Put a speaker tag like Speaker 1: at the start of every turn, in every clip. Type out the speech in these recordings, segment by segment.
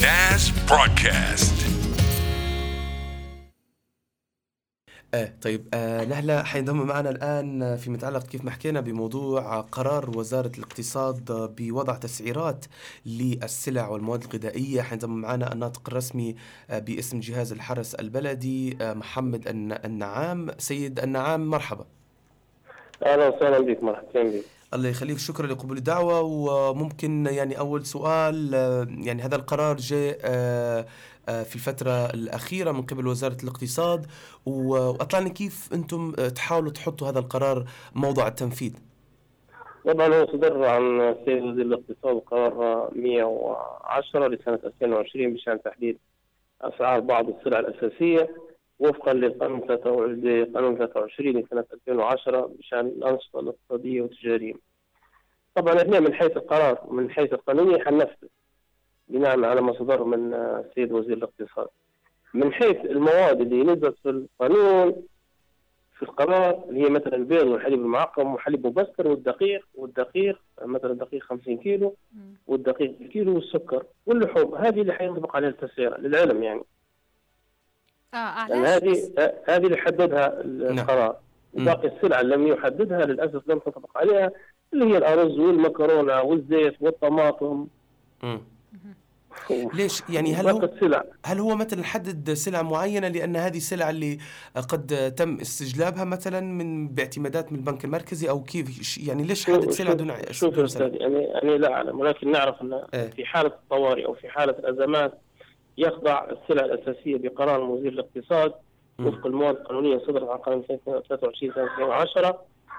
Speaker 1: ناس برودكاست.
Speaker 2: طيب نهلة حينضم معنا الآن فيما يتعلق كيف ما حكينا بموضوع قرار وزارة الاقتصاد بوضع تسعيرات للسلع والمواد الغذائية. حينضم معنا الناطق الرسمي باسم جهاز الحرس البلدي محمد النعام. سيد النعام مرحبا.
Speaker 3: أهلا وسهلا بك، مرحبا بك.
Speaker 2: الله يخليك، شكرا لقبول الدعوة. وممكن يعني أول سؤال، يعني هذا القرار جاء في الفترة الأخيرة من قبل وزارة الاقتصاد، وأطلعنا كيف أنتم تحاولوا تحطوا هذا القرار موضع التنفيذ.
Speaker 3: طبعا هو صدر عن السيد وزير الاقتصاد قرار 110 لسنة 2020 بشأن تحديد أسعار بعض السلع الأساسية وفقا لقانون 23 لسنة 2010 بشأن الأنشطة الاقتصادية والتجارية. طبعا احنا من حيث القرار من حيث القانوني حنفذ بناء على ما صدر من السيد وزير الاقتصاد. من حيث المواد اللي نزلت في القانون في القرار اللي هي مثلا البيض والحليب المعقم وحليب مبستر والدقيق مثلا الدقيق 50 كيلو والدقيق كيلو والسكر واللحوم، هذه اللي حينطبق عليها التسعيرة للعلم يعني. هذه اللي حددها القرار. وباقي السلع لم يحددها للأسف، لم تطبق عليها، اللي هي الأرز والمكرونة والزيت والطماطم.
Speaker 2: ليش يعني هل هو مثلا حدد سلع معينة؟ لأن هذه السلع اللي قد تم استجلابها مثلا باعتمادات من البنك المركزي أو كيف يعني؟ ليش حدد سلع دون
Speaker 3: شوف أستاذ، يعني لا أعلم، ولكن نعرف أن في حالة الطوارئ أو في حالة الأزمات يخضع السلع الأساسية بقرار وزير الاقتصاد وفق المواد القانونية صدرت عن قانون 23 سنة 2010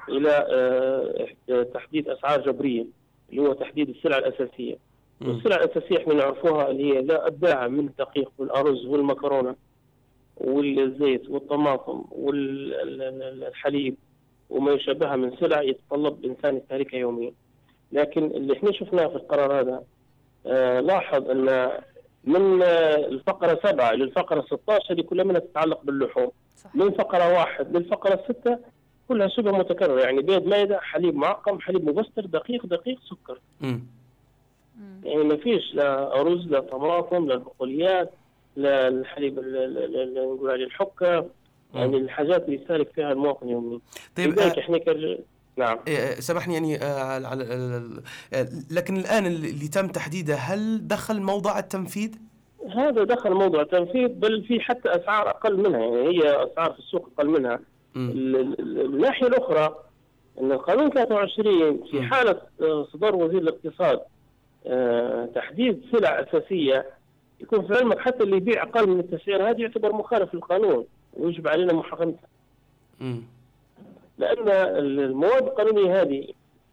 Speaker 3: إلى تحديد أسعار جبرية، اللي هو تحديد السلع الأساسية. والسلع الأساسية احنا نعرفوها اللي هي لا الداعم من الدقيق والأرز والمكرونة والزيت والطماطم والحليب وما يشابهها من سلع يتطلب إنسان يستهلكها يوميا. لكن اللي احنا شفناه في القرار هذا لاحظ أن من الفقرة 7 للفقرة 16 اللي كلها منها تتعلق باللحوم، من فقرة 1 للفقرة 6 كلها شبه متكررة، يعني بيض مايدة حليب معقم حليب مبستر دقيق سكر. يعني ما فيش لا أرز لا طماطم لا البقوليات لا الحليب اللي نقول عليه الحكة، يعني الحاجات اللي يستهلك فيها المواطن يوميا.
Speaker 2: طيب
Speaker 3: احنا نعم
Speaker 2: سامحني يعني لكن الآن اللي تم تحديده هل دخل موضع التنفيذ؟
Speaker 3: هذا دخل موضوع التنفيذ، بل في حتى أسعار أقل منها، يعني هي أسعار في السوق أقل منها. الناحية الأخرى أن القانون 23 في حالة صدر وزير الاقتصاد تحديد سلع أساسية يكون في علمك حتى اللي يبيع أقل من التسعير هذه يعتبر مخالف للقانون ويجب علينا محاكمتها. لأن المواد القانونية هذه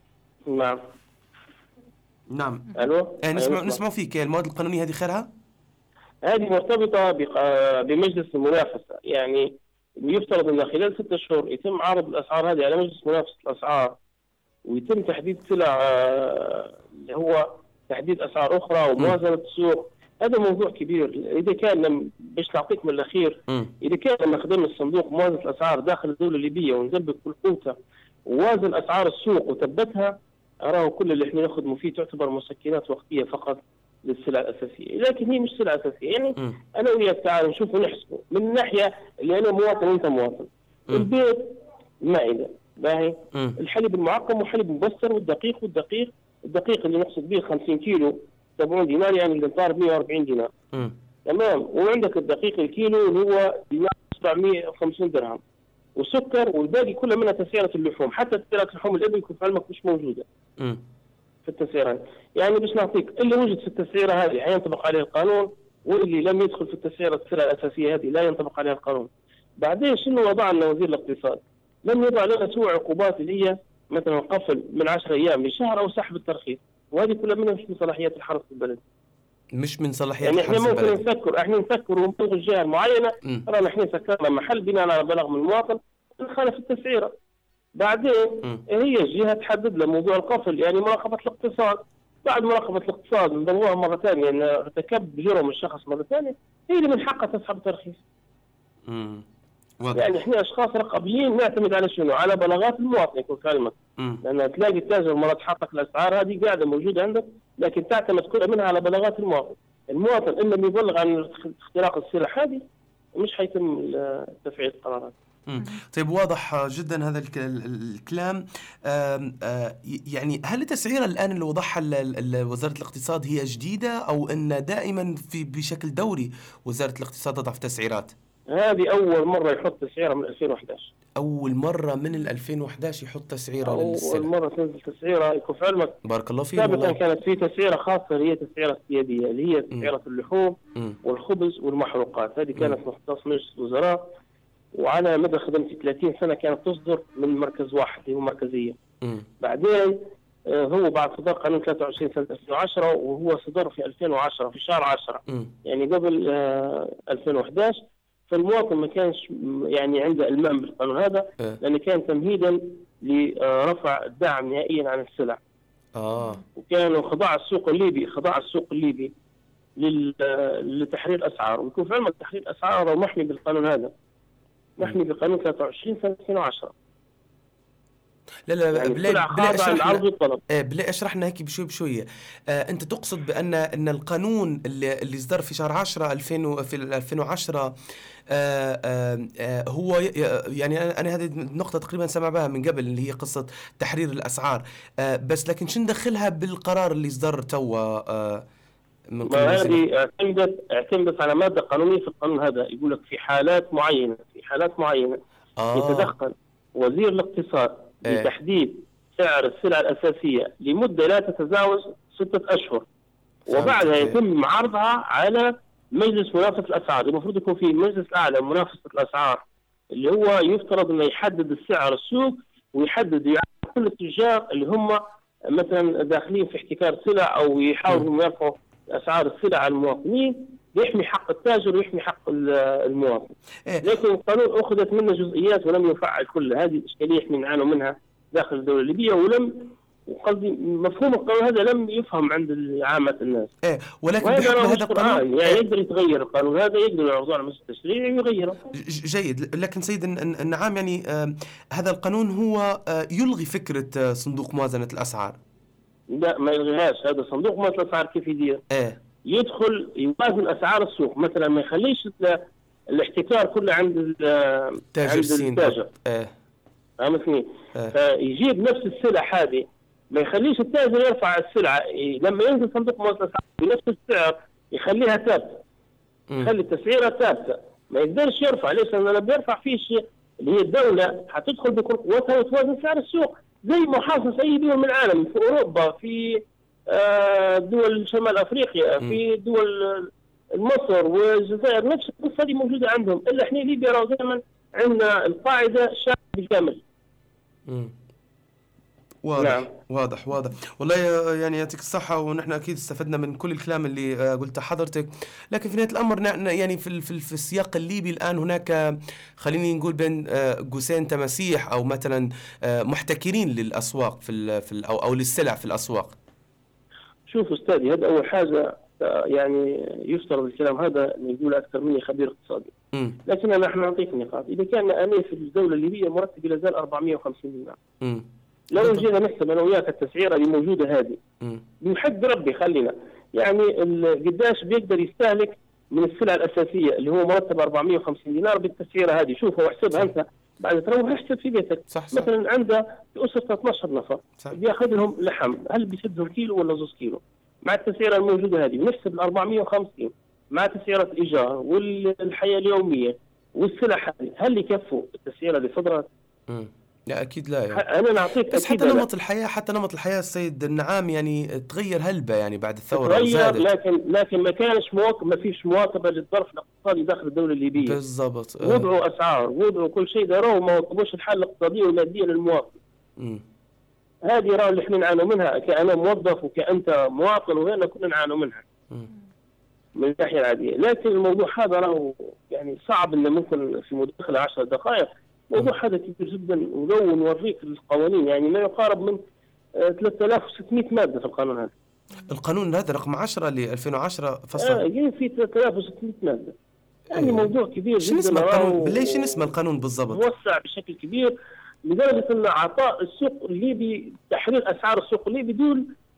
Speaker 2: نعم
Speaker 3: ألو
Speaker 2: نسمع فيك. المواد القانونية هذه خيرها؟
Speaker 3: هذه مرتبطة بمجلس المنافسة، يعني يفترض أن خلال 6 شهور يتم عرض الأسعار هذه على مجلس منافسة الأسعار ويتم تحديد سلع اللي هو تحديد أسعار أخرى وموازنة السوق. هذا موضوع كبير. إذا كان باش نعطيك من الأخير، إذا كان لما خدم الصندوق موازنة الأسعار داخل الدولة الليبية ونزل بكل قوته ووازن أسعار السوق وثبتها، أراه كل اللي إحنا نخدمه فيه تعتبر مسكنات وقتية فقط للسلع الأساسية، لكن هي مش سلع أساسية. يعني أنا وياك تعال نشوف ونحسبه من الناحية اللي أنا مواطن وأنت مواطن. البيض مائدة باهي، الحليب المعقم وحليب مبستر والدقيق اللي نقصد به 50 كيلو 70 دينار، يعني الانطار 140 دينار. تمام. وعندك الدقيق الكيلو اللي هو دينار 750 درهم، وسكر، والباقي كله منها تسعيرة اللحوم. حتى تسعيرة لحوم الإبل يكون في علمك مش موجودة في التسعيرة. يعني باش نعطيك اللي وجد في التسعيرة هذه حينطبق عليه القانون، واللي لم يدخل في التسعيرة السلع الأساسية هذه لا ينطبق عليها القانون. بعدين شنو وضع لنا وزير الاقتصاد؟ لم يضع لنا سوى عقوبات اللي هي مثلا قفل من 10 أيام لشهر أو سحب الترخيص، وهذه كلها منها مش من صلاحيات الحرس البلدي.
Speaker 2: مش من صلاحيات
Speaker 3: يعني
Speaker 2: الحرس البلدي.
Speaker 3: يعني احنا نفكر ونبلغ الجهة المعينة ترى احنا سكرنا محل بناء على بلاغ من المواطن نخالف التسعيرة. بعدين هي الجهة تحدد له موضوع القفل، يعني مراقبة الاقتصاد. بعد مراقبة الاقتصاد نضوها مرة ثانية ان ارتكب جرم الشخص مرة ثانية، هي اللي من حقها تسحب الترخيص. يعني احنا اشخاص رقابيين نعتمد على شنو؟ على بلاغات المواطن يكون كلمة. لان تلاقي التاجر مرة تحقق الاسعار هذه قاعدة موجودة عندك، لكن تعتمد كل منها على بلاغات المواطن. المواطن إما اللي يبلغ عن اختراق السلع هذه مش حيتم تفعيل القرارات.
Speaker 2: طيب واضح جدا هذا الكلام. يعني هل التسعيرة الآن اللي وضعها وزارة الاقتصاد هي جديدة أو أن دائما بشكل دوري وزارة الاقتصاد تضع تسعيرات؟
Speaker 3: هذه أول مرة يحط تسعيرة من 2011.
Speaker 2: أول مرة من 2011 يحط تسعيرة للسلع.
Speaker 3: أول مرة تنزل تسعيرة. يكون في علمك
Speaker 2: بارك الله فيك.
Speaker 3: سابقا كانت في تسعيرة خاصة هي تسعيرة السيادية اللي هي تسعيرة اللحوم والخبز والمحروقات. هذه كانت مختص مجلس الوزراء، وعلى مدى خدمتي 30 سنة كانت تصدر من مركز واحد اللي هو مركزية. بعدين هو بعد صدر قانون 23 سنة 2010 وهو صدر في 2010 في شهر 10 يعني قبل 2011. فالمواطن ما كانش يعني عنده المام بالقانون هذا لأنه كان تمهيدا لرفع الدعم نهائيا عن السلع. وكانوا خضاع السوق الليبي لتحرير الأسعار. ويكون في علمك تحرير الأسعار محمي بالقانون هذا، محمي بقانون 23 سنة 2010.
Speaker 2: لا
Speaker 3: يعني
Speaker 2: بلا اشرحنا هيك بشوية. انت تقصد ان القانون اللي صدر في شهر 10 في 2010 هو يعني انا هذه النقطة تقريبا سمع بها من قبل اللي هي قصة تحرير الاسعار، بس لكن شو ندخلها بالقرار اللي صدر توا
Speaker 3: من هذه اعتمدت على مادة قانونية في القانون هذا. يقول لك في حالات معينة يتدخل وزير الاقتصاد لتحديد سعر السلع الأساسية لمدة لا تتجاوز 6 أشهر، وبعدها يتم عرضها على مجلس منافسة الأسعار. المفروض يكون في مجلس أعلى منافسة الأسعار اللي هو يفترض أنه يحدد السعر السوق ويحدد كل التجار اللي هم مثلا داخلين في احتكار سلع أو يحاولوا يرفعوا أسعار السلع على المواطنين، يحمي حق التاجر ويحمي حق المواطن. لكن القانون أخذت منه جزئيات ولم يفعل كل هذه الإشكالية احنا نعانوا منها داخل الدولة الليبية، وقصدي مفهوم القانون هذا لم يفهم عند عامة الناس.
Speaker 2: ولكن هذا
Speaker 3: القانون يعني يقدر يتغير القانون هذا، يقدر يعرضه على مجلس التشريع ويغيره.
Speaker 2: جيد. لكن سيد النعام يعني هذا القانون هو يلغي فكرة صندوق موازنة الأسعار.
Speaker 3: لا ما يلغيهاش. هذا صندوق موازنة الأسعار كيف يدير؟ يدخل يوازن أسعار السوق، مثلا ما يخليش الاحتكار كله عند التاجر. فهمتني؟ فيجيب نفس السلع هذه، ما يخليش التاجر يرفع السلعة. لما ينزل صندوق موازنة الأسعار بنفس السعر يخليها ثابتة، يخلي التسعيرة ثابتة، ما يقدرش يرفع. ليش؟ لأنه لما يرفع فيه شيء اللي هي الدولة حتدخل بكل قوتها وتوازن سعر السوق زي ما حاصل في أي دول من العالم، في أوروبا، في دول شمال أفريقيا، في دول مصر والجزائر. نفس القصة دي موجودة عندهم، إلا إحنا ليبيا راهو دائما عندنا القاعدة شاملة بالكامل.
Speaker 2: واضح والله يعني يعطيك الصحة، ونحن أكيد استفدنا من كل الكلام اللي قلته حضرتك. لكن في نهاية الأمر يعني في السياق الليبي الآن هناك خليني نقول بين قوسين تماسيح أو مثلا محتكرين للأسواق أو للسلع في الأسواق.
Speaker 3: شوف أستاذي، هذا أول حاجة يعني يفترض الكلام هذا يقول أكثر مني خبير اقتصادي، لكن نحن نعطيك نقاط. إذا كان أنا في الدولة الليبية مرتب لا زال 450 دينار، لو جينا نحسب أنا وياك التسعيرة اللي موجودة هذه بحق ربي خلينا يعني قداش بيقدر يستهلك من السلع الأساسية اللي هو مرتب 450 دينار بالتسعيرة هذه. شوف هو احسبها أنت بعد تروح احسب في بيتك.
Speaker 2: صح.
Speaker 3: مثلا عنده أسرة 12 نفر بياخذ لهم لحم، هل بيسدهم كيلو ولا 2 كيلو؟ مع التسعيرة الموجودة هذه بنحسب 450 مع تسعيرة الإيجار والحياة اليومية والسلع هذه، هل يكفوا التسعيرة اللي صدرت؟
Speaker 2: لا أكيد لا يعني.
Speaker 3: أنا نعطيك
Speaker 2: بس حتى نمط الحياة السيد النعام يعني تغير هلبة يعني بعد الثورة
Speaker 3: تغير، لكن ما كانش ما فيش مواكبة للظرف الاقتصادي داخل الدولة الليبية.
Speaker 2: بالضبط.
Speaker 3: وضعوا أسعار، وضعوا كل شيء، داروه ما وطبوش الحالة الاقتصادية والمادية للمواطن. هذه راه اللي احنا نعانوا منها كأنا موظف وكأنت مواطن، وغيرنا كنا نعانوا منها من الناحية العادية. لكن الموضوع هذا راه يعني صعب إنه ممكن في مداخلة 10 دقائق. موضوع هذا كبير جدا، ولو نوريك القوانين يعني ما يقارب من 3600 مادة في القانون هذا.
Speaker 2: القانون هذا رقم 10 ل 2010 فصل.
Speaker 3: يعني في 3600 مادة، يعني موضوع كبير جدا.
Speaker 2: اسم القانون؟ ليش اسم القانون بالضبط؟
Speaker 3: موسع بشكل كبير لدرجة أن عطاء السوق الليبي، تحرير أسعار السوق الليبي دول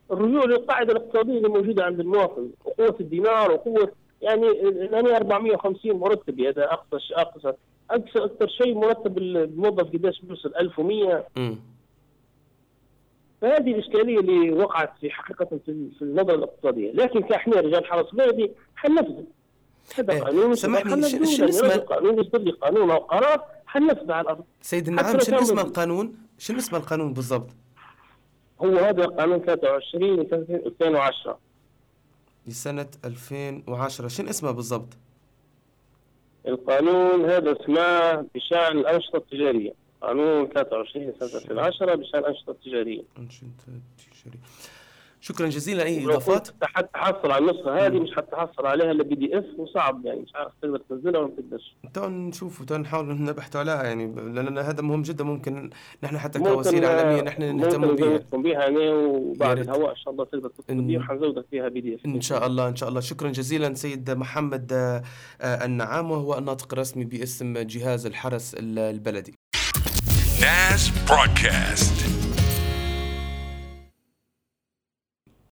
Speaker 3: الرجوع للقاعدة الاقتصادية اللي موجودة عند المواطن، وقوة الدينار وقوة يعني 450 مرتب، هذا أكثر شيء مرتب الموظف قداش بيوصل 1100. فهذه الإشكالية اللي وقعت في حقيقة في النظرة الاقتصادية، لكن كإحنا رجال حرس بلدي حنفذ هذا قانون.
Speaker 2: سامحني، شنو اسمه
Speaker 3: قانون؟ يصدر لي قانون أو قرار حنفذ على الأرض.
Speaker 2: سيد النعام، شنو اسم القانون؟ شنو اسم القانون بالضبط؟
Speaker 3: هو هذا قانون 23 2010
Speaker 2: لسنة 2010. شنو اسمه بالضبط؟
Speaker 3: القانون هذا اسمه بشأن الأنشطة التجارية، قانون 23 سنة 2010 بشأن الأنشطة التجارية.
Speaker 2: شكرا جزيلا. أي إضافات؟
Speaker 3: حتى تحصل على النسخة هذه مش حتحصل عليها إلا PDF، وصعب يعني مش عارف تقدر تنزلها ولا ما تقدرش.
Speaker 2: نشوف نحاول نبحث عليها يعني، لأن هذا مهم جدا. ممكن نحن حتى كوسيلة عالمية نحن نهتم
Speaker 3: بها أنا، وبعد الهواء إن شاء الله تقدر تتصل بي وحنزودك فيها PDF
Speaker 2: إن شاء الله. إن شاء الله. شكرا جزيلا سيد محمد النعام، وهو الناطق الرسمي باسم جهاز الحرس البلدي.
Speaker 1: NAS Broadcast.